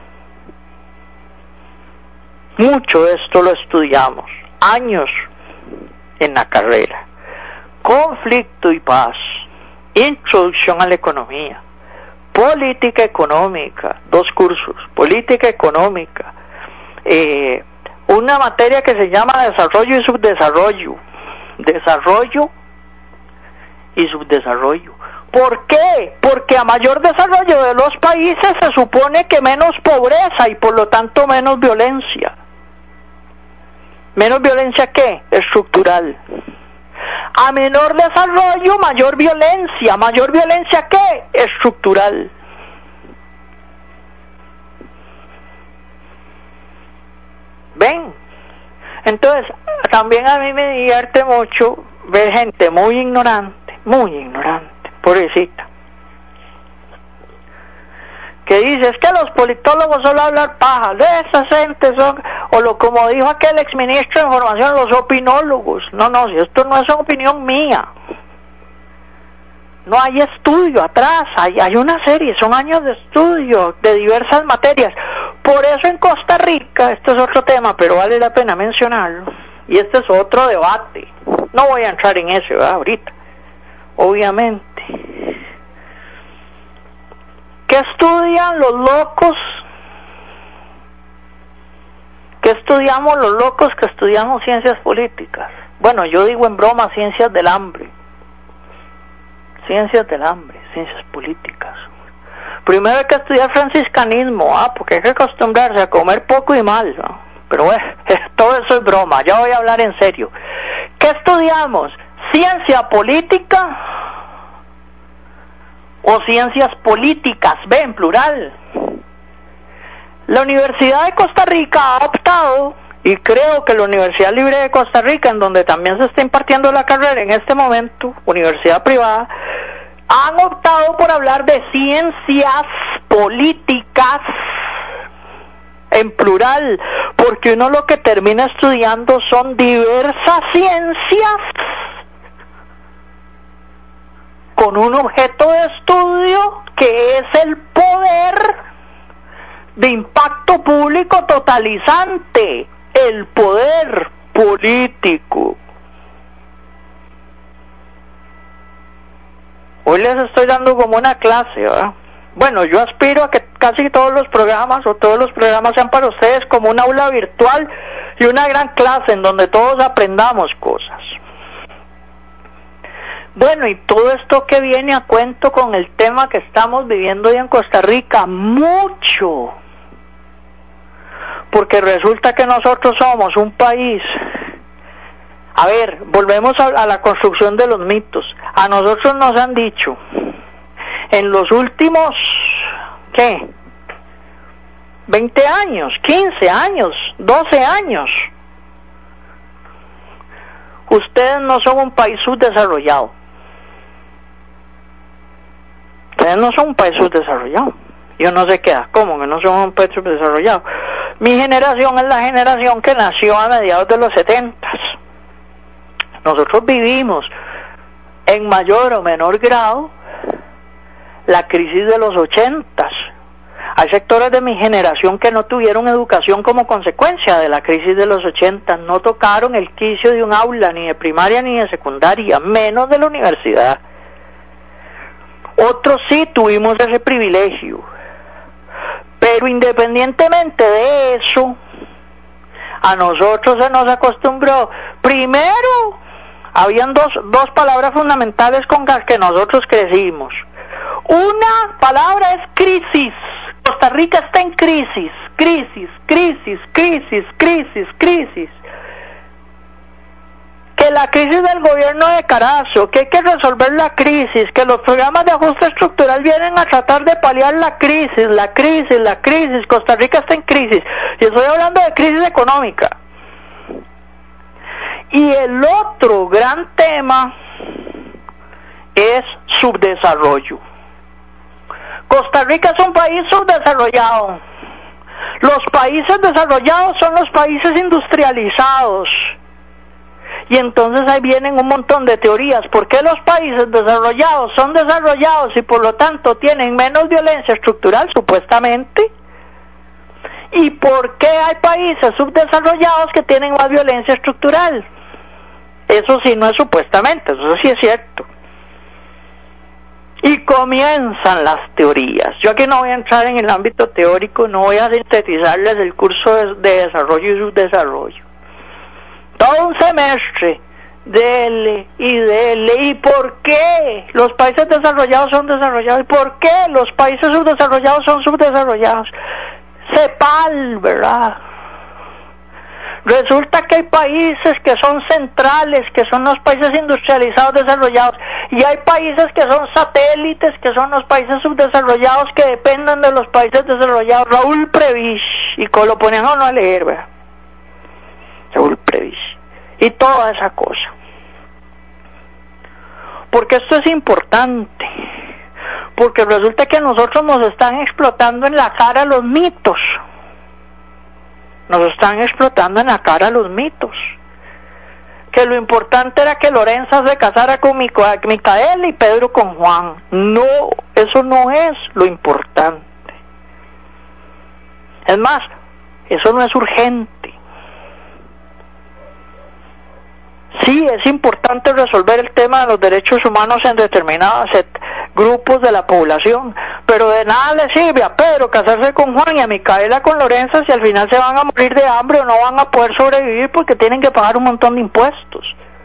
Mucho de esto lo estudiamos, años en la carrera. Conflicto y paz, introducción a la economía, política económica, dos cursos, política económica, eh, una materia que se llama desarrollo y subdesarrollo, desarrollo y subdesarrollo. ¿Por qué? Porque a mayor desarrollo de los países se supone que menos pobreza y por lo tanto menos violencia. ¿Menos violencia qué? Estructural. A menor desarrollo, mayor violencia. ¿Mayor violencia qué? Estructural. ¿Ven? Entonces, también a mí me divierte mucho ver gente muy ignorante, muy ignorante, pobrecita, que dice, es que los politólogos solo hablan paja, de esas gentes son, o lo como dijo aquel exministro de Información, los opinólogos. No, no, si esto no es opinión mía, no hay estudio atrás, hay, hay una serie, son años de estudio de diversas materias. Por eso en Costa Rica, esto es otro tema, pero vale la pena mencionarlo, y este es otro debate, no voy a entrar en eso, ¿verdad? Ahorita, obviamente. ¿Qué estudian los locos? ¿Qué estudiamos los locos que estudiamos ciencias políticas? Bueno, yo digo en broma ciencias del hambre. Ciencias del hambre, ciencias políticas. Primero hay que estudiar franciscanismo, ah, porque hay que acostumbrarse a comer poco y mal, ¿no? Pero bueno, todo eso es broma, ya voy a hablar en serio. ¿Qué estudiamos? ¿Ciencia política o ciencias políticas? Ve, en plural. La Universidad de Costa Rica ha optado, y creo que la Universidad Libre de Costa Rica, en donde también se está impartiendo la carrera en este momento, universidad privada, han optado por hablar de ciencias políticas en plural, porque uno lo que termina estudiando son diversas ciencias con un objeto de estudio que es el poder de impacto público totalizante, el poder político. Hoy les estoy dando como una clase, ¿verdad? Bueno, yo aspiro a que casi todos los programas o todos los programas sean para ustedes como un aula virtual y una gran clase en donde todos aprendamos cosas. Bueno, y todo esto que viene a cuento con el tema que estamos viviendo hoy en Costa Rica, mucho, porque resulta que nosotros somos un país. A ver, volvemos a, a la construcción de los mitos. A nosotros nos han dicho, en los últimos, ¿qué? veinte años, quince años, doce años, ustedes no son un país subdesarrollado. Ustedes no son un país subdesarrollado. Yo no sé qué, ¿cómo que no somos un país subdesarrollado? Mi generación es la generación que nació a mediados de los setentas. Nosotros vivimos en mayor o menor grado la crisis de los ochentas. Hay sectores de mi generación que no tuvieron educación como consecuencia de la crisis de los ochentas, no tocaron el quicio de un aula, ni de primaria ni de secundaria, menos de la universidad. Otros sí tuvimos ese privilegio, pero independientemente de eso, a nosotros se nos acostumbró, primero, habían dos, dos palabras fundamentales con las que nosotros crecimos. Una palabra es crisis. Costa Rica está en crisis, crisis, crisis, crisis, crisis, crisis. Que la crisis del gobierno de Carazo, que hay que resolver la crisis, que los programas de ajuste estructural vienen a tratar de paliar la crisis, la crisis, la crisis. Costa Rica está en crisis. Y estoy hablando de crisis económica. Y el otro gran tema es subdesarrollo. Costa Rica es un país subdesarrollado. Los países desarrollados son los países industrializados. Y entonces ahí vienen un montón de teorías. ¿Por qué los países desarrollados son desarrollados y por lo tanto tienen menos violencia estructural, supuestamente? ¿Y por qué hay países subdesarrollados que tienen más violencia estructural? Eso sí no es supuestamente, eso sí es cierto. Y comienzan las teorías. Yo aquí no voy a entrar en el ámbito teórico, no voy a sintetizarles el curso de, de desarrollo y subdesarrollo. Todo un semestre, dele y dele. ¿Y por qué los países desarrollados son desarrollados? ¿Y por qué los países subdesarrollados son subdesarrollados? CEPAL, ¿verdad? Resulta que hay países que son centrales, que son los países industrializados desarrollados, y hay países que son satélites, que son los países subdesarrollados que dependen de los países desarrollados. Raúl Prebisch, y lo ponían a uno a leer, ¿verdad? Raúl Prebisch, y toda esa cosa. Porque esto es importante, porque resulta que a nosotros nos están explotando en la cara los mitos. Nos están explotando en la cara los mitos. Que lo importante era que Lorenza se casara con Micaela y Pedro con Juan. No, eso no es lo importante. Es más, eso no es urgente. Sí, es importante resolver el tema de los derechos humanos en determinados grupos de la población, pero de nada le sirve a Pedro casarse con Juan y a Micaela con Lorenza si al final se van a morir de hambre o no van a poder sobrevivir porque tienen que pagar un montón de impuestos.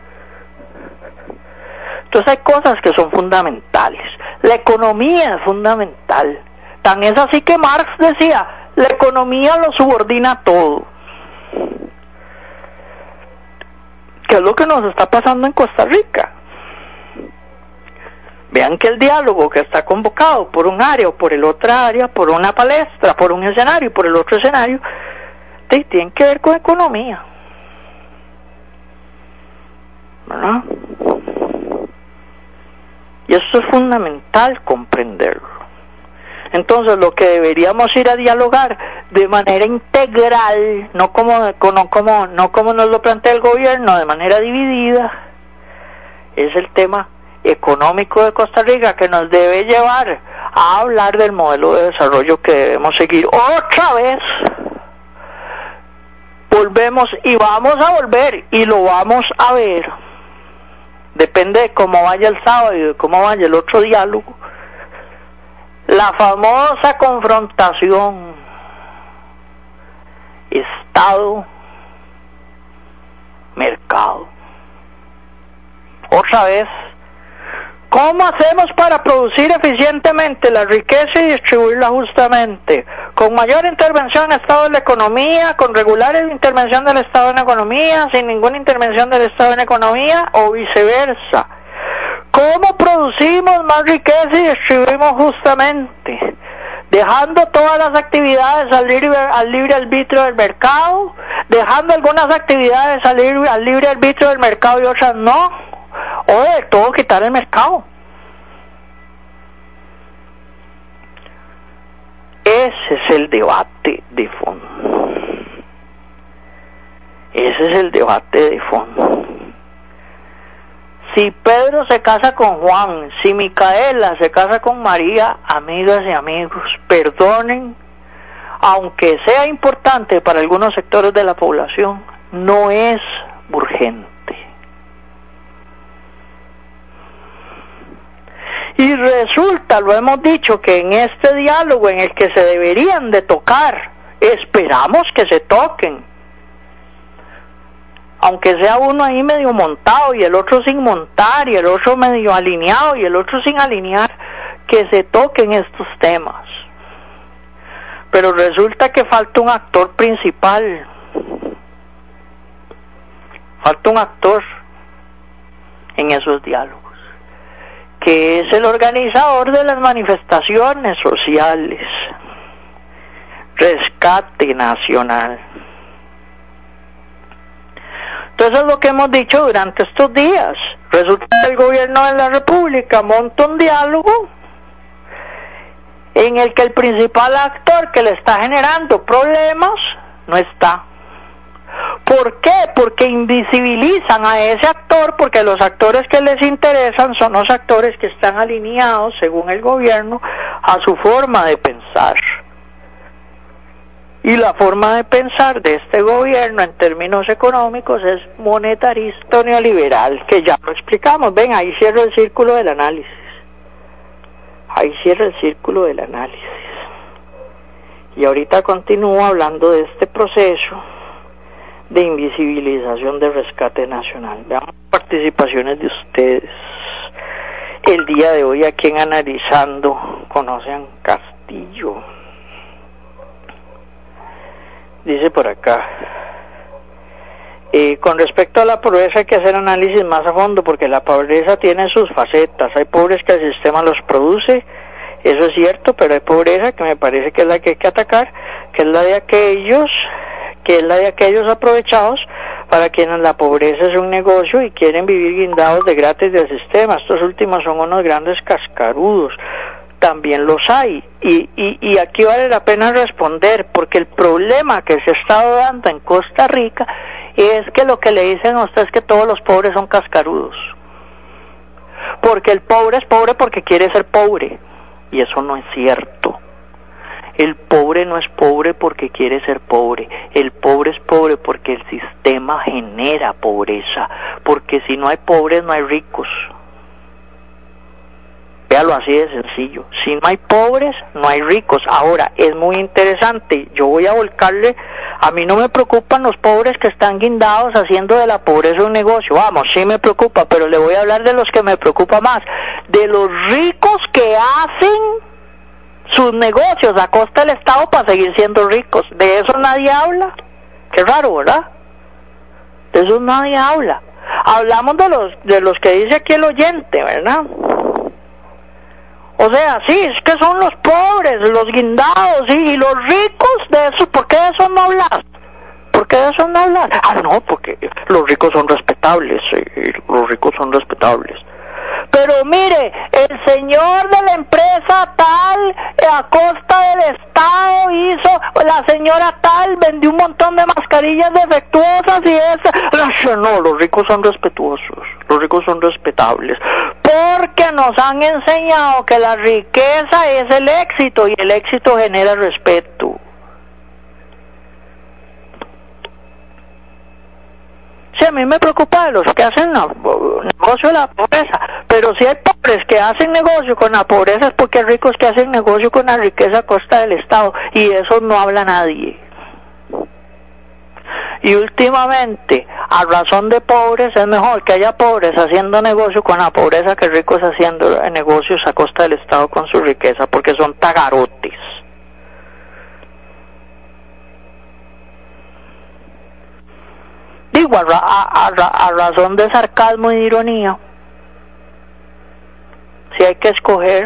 Entonces hay cosas que son fundamentales. La economía es fundamental. Tan es así que Marx decía, la economía lo subordina todo. ¿Qué es lo que nos está pasando en Costa Rica? Vean que el diálogo que está convocado por un área o por el otro área, por una palestra, por un escenario y por el otro escenario, tiene que ver con economía. ¿Verdad? Y esto es fundamental comprenderlo. Entonces, lo que deberíamos ir a dialogar de manera integral, no como, no como, no como nos lo plantea el gobierno, de manera dividida, es el tema económico de Costa Rica, que nos debe llevar a hablar del modelo de desarrollo que debemos seguir. Otra vez volvemos y vamos a volver y lo vamos a ver, depende de cómo vaya el sábado y de cómo vaya el otro diálogo, la famosa confrontación Estado-mercado. Otra vez, ¿cómo hacemos para producir eficientemente la riqueza y distribuirla justamente? Con mayor intervención del Estado en la economía, con regular intervención del Estado en la economía, sin ninguna intervención del Estado en la economía, o viceversa. ¿Cómo producimos más riqueza y distribuimos justamente? Dejando todas las actividades al libre, al libre arbitrio del mercado, dejando algunas actividades al libre, al libre arbitrio del mercado y otras no, o de todo quitar el mercado. Ese es el debate de fondo. Ese es el debate de fondo. Si Pedro se casa con Juan, si Micaela se casa con María, amigas y amigos, perdonen, aunque sea importante para algunos sectores de la población, no es urgente. Y resulta, lo hemos dicho, que en este diálogo en el que se deberían de tocar, esperamos que se toquen, aunque sea uno ahí medio montado y el otro sin montar y el otro medio alineado y el otro sin alinear, que se toquen estos temas. Pero resulta que falta un actor principal, falta un actor en esos diálogos, que es el organizador de las manifestaciones sociales, Rescate Nacional. Entonces es lo que hemos dicho durante estos días. Resulta que el gobierno de la República monta un diálogo en el que el principal actor que le está generando problemas no está. ¿Por qué? Porque invisibilizan a ese actor, porque los actores que les interesan son los actores que están alineados, según el gobierno, a su forma de pensar. Y la forma de pensar de este gobierno en términos económicos es monetarista neoliberal, que ya lo explicamos. Ven, ahí cierra el círculo del análisis. Ahí cierra el círculo del análisis. Y ahorita continúo hablando de este proceso de invisibilización del Rescate Nacional. Veamos participaciones de ustedes. El día de hoy aquí en Analizando con Ocean Castillo. Dice por acá, eh, con respecto a la pobreza hay que hacer análisis más a fondo, porque la pobreza tiene sus facetas. Hay pobres que el sistema los produce, eso es cierto, pero hay pobreza que me parece que es la que hay que atacar, que es la de aquellos, que es la de aquellos aprovechados para quienes la pobreza es un negocio y quieren vivir guindados de gratis del sistema. Estos últimos son unos grandes cascarudos. También los hay, y, y, y aquí vale la pena responder, porque el problema que se ha estado dando en Costa Rica es que lo que le dicen a usted es que todos los pobres son cascarudos, porque el pobre es pobre porque quiere ser pobre, y eso no es cierto. El pobre no es pobre porque quiere ser pobre, el pobre es pobre porque el sistema genera pobreza, porque si no hay pobres no hay ricos. Véalo así de sencillo. Si no hay pobres, no hay ricos. Ahora, es muy interesante. Yo voy a volcarle. A mí no me preocupan los pobres que están guindados haciendo de la pobreza un negocio. Vamos, sí me preocupa, pero le voy a hablar de los que me preocupa más. De los ricos que hacen sus negocios a costa del Estado para seguir siendo ricos. De eso nadie habla. Qué raro, ¿verdad? De eso nadie habla. Hablamos de los, de los que dice aquí el oyente, ¿verdad? O sea, sí, es que son los pobres, los guindados, ¿sí? Y los ricos, de eso, ¿por qué de eso no hablas? ¿Por qué de eso no hablas? Ah, no, porque los ricos son respetables, sí, los ricos son respetables. Pero mire, el señor de la empresa tal, a costa del Estado hizo, la señora tal vendió un montón de mascarillas defectuosas y esa... No, los ricos son respetuosos, los ricos son respetables, porque nos han enseñado que la riqueza es el éxito y el éxito genera respeto. Sí, a mí me preocupa de los que hacen negocio de la pobreza, pero si hay pobres que hacen negocio con la pobreza es porque hay ricos que hacen negocio con la riqueza a costa del Estado, y eso no habla nadie. Y últimamente, a razón de pobres, es mejor que haya pobres haciendo negocio con la pobreza que ricos haciendo negocios a costa del Estado con su riqueza, porque son tagarotes. Digo, a, a, a, a razón de sarcasmo y de ironía, si hay que escoger,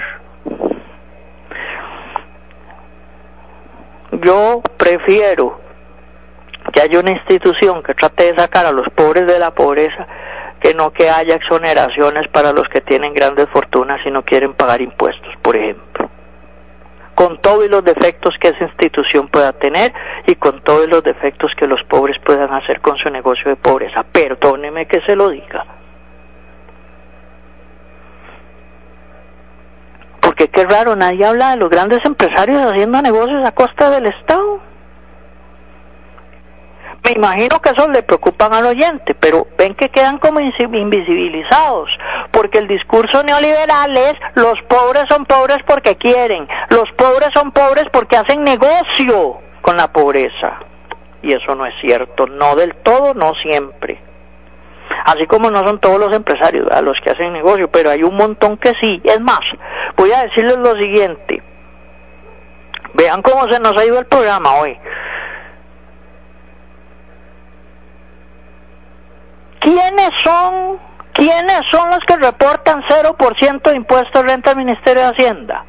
yo prefiero que haya una institución que trate de sacar a los pobres de la pobreza, que no que haya exoneraciones para los que tienen grandes fortunas y no quieren pagar impuestos, por ejemplo. Con todos los defectos que esa institución pueda tener y con todos los defectos que los pobres puedan hacer con su negocio de pobreza. Perdóneme que se lo diga. Porque qué raro, nadie habla de los grandes empresarios haciendo negocios a costa del Estado. Me imagino que eso le preocupan al oyente, pero ven que quedan como invisibilizados, porque el discurso neoliberal es: los pobres son pobres porque quieren, los pobres son pobres porque hacen negocio con la pobreza. Y eso no es cierto, no del todo, no siempre. Así como no son todos los empresarios a los que hacen negocio, pero hay un montón que sí. Es más, voy a decirles lo siguiente. Vean cómo se nos ha ido el programa hoy. ¿Quiénes son, quiénes son los que reportan cero por ciento de impuestos de renta al Ministerio de Hacienda?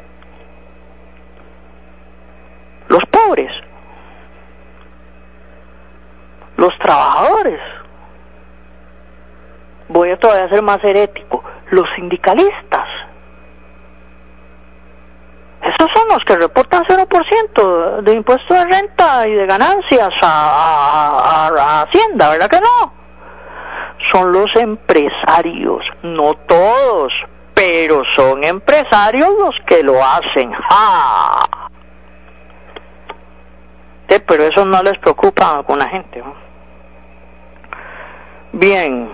Los pobres, los trabajadores. Voy a todavía ser más herético, los sindicalistas. Esos son los que reportan cero por ciento de impuestos de renta y de ganancias a, a, a Hacienda, ¿verdad que no? Son los empresarios, no todos, pero son empresarios los que lo hacen. ¡Ah! Sí, pero eso no les preocupa a alguna gente, ¿no? Bien.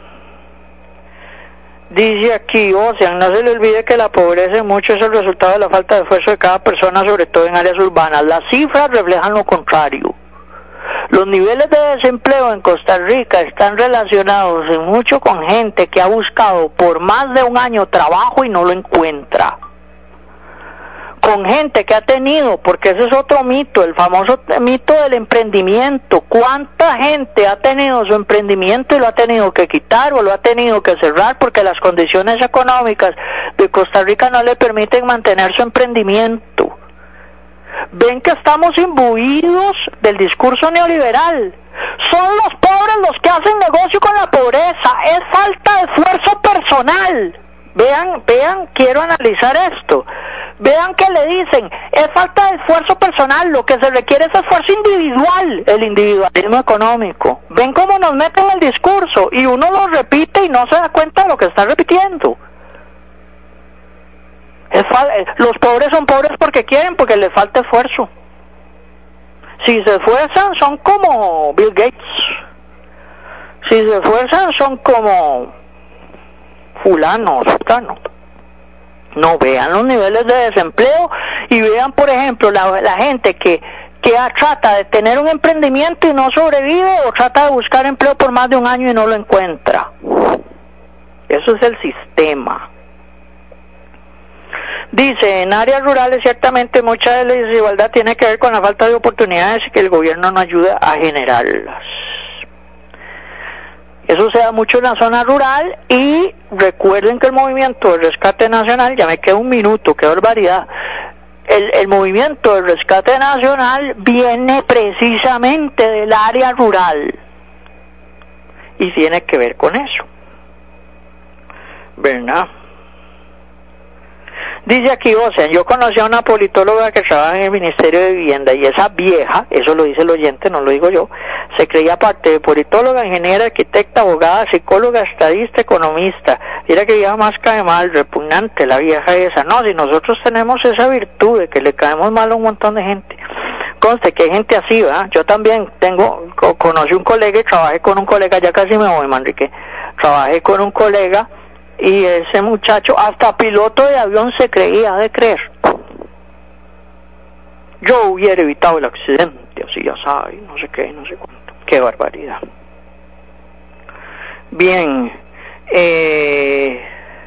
Dice aquí, o sea, no se le olvide que la pobreza en mucho es el resultado de la falta de esfuerzo de cada persona, sobre todo en áreas urbanas. Las cifras reflejan lo contrario. Los niveles de desempleo en Costa Rica están relacionados en mucho con gente que ha buscado por más de un año trabajo y no lo encuentra. Con gente que ha tenido, porque ese es otro mito, el famoso mito del emprendimiento. ¿Cuánta gente ha tenido su emprendimiento y lo ha tenido que quitar o lo ha tenido que cerrar porque las condiciones económicas de Costa Rica no le permiten mantener su emprendimiento? Ven que estamos imbuidos del discurso neoliberal. Son los pobres los que hacen negocio con la pobreza. Es falta de esfuerzo personal. Vean, vean, quiero analizar esto. Vean que le dicen, es falta de esfuerzo personal, lo que se requiere es esfuerzo individual, el individualismo económico. Ven cómo nos meten el discurso y uno lo repite y no se da cuenta de lo que está repitiendo. Es fal- los pobres son pobres porque quieren, porque les falta esfuerzo. Si se esfuerzan son como Bill Gates. Si se esfuerzan son como fulano, sultano. No, vean los niveles de desempleo y vean, por ejemplo, la, la gente que, que trata de tener un emprendimiento y no sobrevive, o trata de buscar empleo por más de un año y no lo encuentra. Eso es el sistema. Dice, en áreas rurales ciertamente mucha de la desigualdad tiene que ver con la falta de oportunidades y que el gobierno no ayuda a generarlas. Eso se da mucho en la zona rural y recuerden que el movimiento del rescate nacional, ya me queda un minuto, qué barbaridad, el, el movimiento del rescate nacional viene precisamente del área rural y tiene que ver con eso, ¿verdad? Dice aquí, o sea, yo conocí a una politóloga que trabaja en el Ministerio de Vivienda y esa vieja, eso lo dice el oyente, no lo digo yo, se creía parte de politóloga, ingeniera, arquitecta, abogada, psicóloga, estadista, economista. Mira que vieja más cae mal, repugnante la vieja esa. No, si nosotros tenemos esa virtud de que le caemos mal a un montón de gente. Conste que hay gente así, ¿verdad? Yo también tengo, co- conocí un colega y trabajé con un colega, ya casi me voy, Manrique. Trabajé con un colega y ese muchacho hasta piloto de avión se creía, de creer. Yo hubiera evitado el accidente, así ya sabe, no sé qué, no sé cuánto. Qué barbaridad. Bien, eh...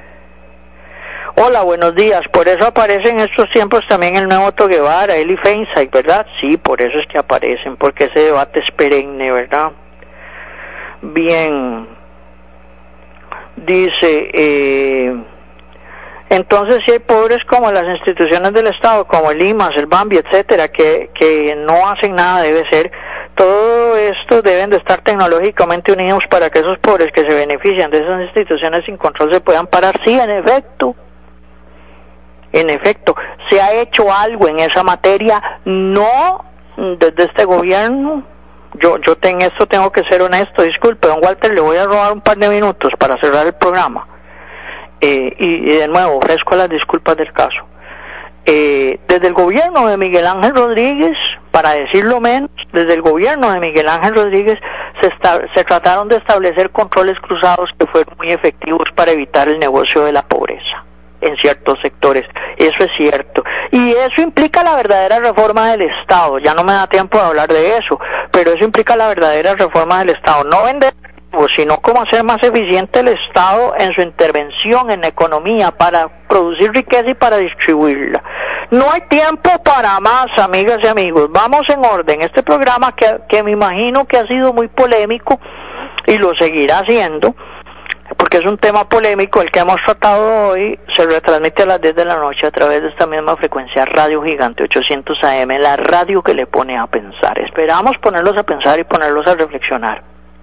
hola, buenos días. Por eso aparece en estos tiempos también el nuevo Otto Guevara, Eli Feinstein, ¿verdad? Sí, por eso es que aparecen, porque ese debate es perenne, ¿verdad? Bien, dice, eh, entonces si hay pobres como las instituciones del Estado, como el I M A S, el Bambi, etcétera, que, que no hacen nada, debe ser, todo esto deben de estar tecnológicamente unidos para que esos pobres que se benefician de esas instituciones sin control se puedan parar. Sí, en efecto. En efecto, ¿se ha hecho algo en esa materia? No, desde este gobierno. Yo yo en esto tengo que ser honesto. Disculpe, don Walter, le voy a robar un par de minutos para cerrar el programa. Eh, y, y de nuevo, ofrezco las disculpas del caso. Eh, desde el gobierno de Miguel Ángel Rodríguez, para decirlo menos, desde el gobierno de Miguel Ángel Rodríguez se, esta, se trataron de establecer controles cruzados que fueron muy efectivos para evitar el negocio de la pobreza en ciertos sectores. Eso es cierto. Y eso implica la verdadera reforma del Estado. Ya no me da tiempo de hablar de eso, pero eso implica la verdadera reforma del Estado. No vender, sino cómo hacer más eficiente el Estado en su intervención en la economía para producir riqueza y para distribuirla. No hay tiempo para más, amigas y amigos. Vamos en orden. Este programa que, que me imagino que ha sido muy polémico y lo seguirá siendo, porque es un tema polémico el que hemos tratado hoy, se retransmite a las diez de la noche a través de esta misma frecuencia, Radio Gigante ochocientos A M, la radio que le pone a pensar. Esperamos ponerlos a pensar y ponerlos a reflexionar.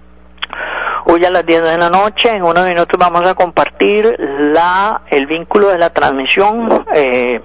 Hoy a las diez de la noche, en unos minutos vamos a compartir la el vínculo de la transmisión eh,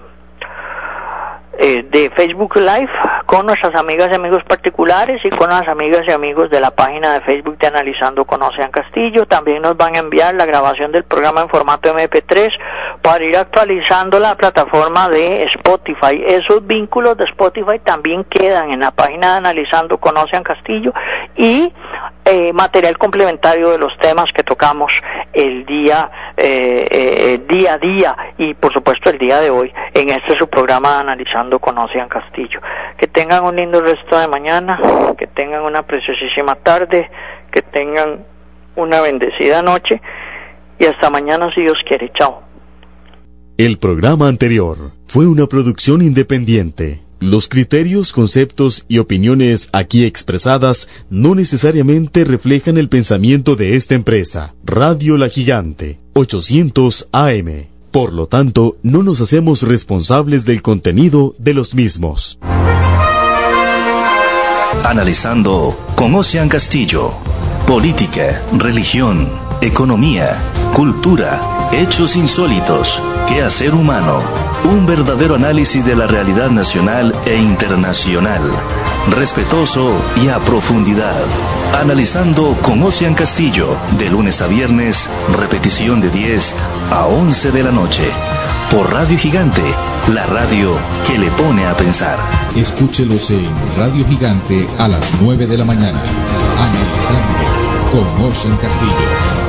eh, de Facebook Live con nuestras amigas y amigos particulares y con las amigas y amigos de la página de Facebook de Analizando con Ocean Castillo. También nos van a enviar la grabación del programa en formato eme pe tres para ir actualizando la plataforma de Spotify. Esos vínculos de Spotify también quedan en la página de Analizando con Ocean Castillo y eh, material complementario de los temas que tocamos el día eh, eh, día a día y por supuesto el día de hoy en este su programa Analizando con Ocean Castillo. Que tengan un lindo resto de mañana, que tengan una preciosísima tarde, que tengan una bendecida noche y hasta mañana si Dios quiere. Chao. El programa anterior fue una producción independiente. Los criterios, conceptos y opiniones aquí expresadas no necesariamente reflejan el pensamiento de esta empresa. Radio La Gigante, ochocientos A M. Por lo tanto, no nos hacemos responsables del contenido de los mismos. Analizando con Ocean Castillo. Política, religión, economía, cultura, hechos insólitos, quehacer humano. Un verdadero análisis de la realidad nacional e internacional. Respetuoso y a profundidad. Analizando con Ocean Castillo. De lunes a viernes, repetición de diez a once de la noche. Por Radio Gigante, la radio que le pone a pensar. Escúchelos en Radio Gigante a las nueve de la mañana. Analizando con Ocean Castillo.